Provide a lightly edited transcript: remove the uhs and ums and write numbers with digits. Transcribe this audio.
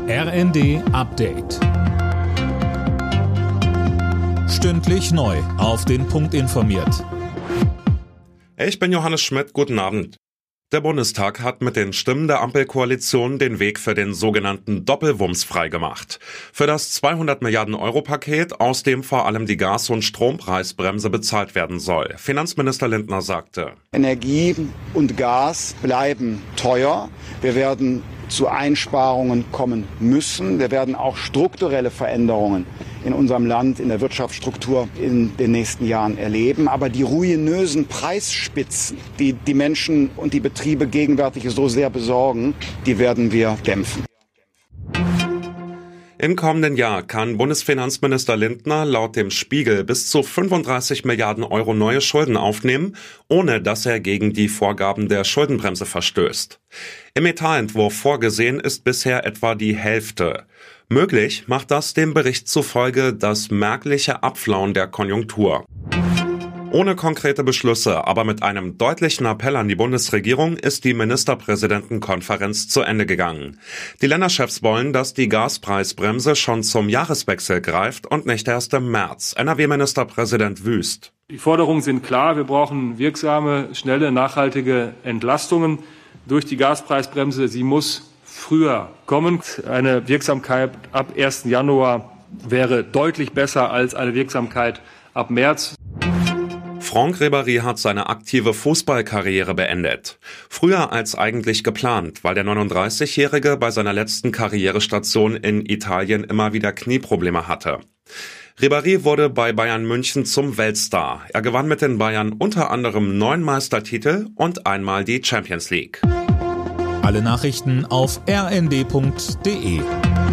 RND Update. Stündlich neu auf den Punkt informiert. Ich bin Johannes Schmidt, guten Abend. Der Bundestag hat mit den Stimmen der Ampelkoalition den Weg für den sogenannten Doppelwumms freigemacht. Für das 200 Milliarden Euro Paket, aus dem vor allem die Gas- und Strompreisbremse bezahlt werden soll. Finanzminister Lindner sagte: Energie und Gas bleiben teuer. Wir werden zu Einsparungen kommen müssen. Wir werden auch strukturelle Veränderungen in unserem Land, in der Wirtschaftsstruktur in den nächsten Jahren erleben. Aber die ruinösen Preisspitzen, die die Menschen und die Betriebe gegenwärtig so sehr besorgen, die werden wir dämpfen. Im kommenden Jahr kann Bundesfinanzminister Lindner laut dem Spiegel bis zu 35 Milliarden Euro neue Schulden aufnehmen, ohne dass er gegen die Vorgaben der Schuldenbremse verstößt. Im Etatentwurf vorgesehen ist bisher etwa die Hälfte. Möglich macht das dem Bericht zufolge das merkliche Abflauen der Konjunktur. Ohne konkrete Beschlüsse, aber mit einem deutlichen Appell an die Bundesregierung ist die Ministerpräsidentenkonferenz zu Ende gegangen. Die Länderchefs wollen, dass die Gaspreisbremse schon zum Jahreswechsel greift und nicht erst im März. NRW-Ministerpräsident Wüst: Die Forderungen sind klar. Wir brauchen wirksame, schnelle, nachhaltige Entlastungen durch die Gaspreisbremse. Sie muss früher kommen. Eine Wirksamkeit ab 1. Januar wäre deutlich besser als eine Wirksamkeit ab März. Franck Ribéry hat seine aktive Fußballkarriere beendet. Früher als eigentlich geplant, weil der 39-Jährige bei seiner letzten Karrierestation in Italien immer wieder Knieprobleme hatte. Ribéry wurde bei Bayern München zum Weltstar. Er gewann mit den Bayern unter anderem 9 Meistertitel und einmal die Champions League. Alle Nachrichten auf rnd.de.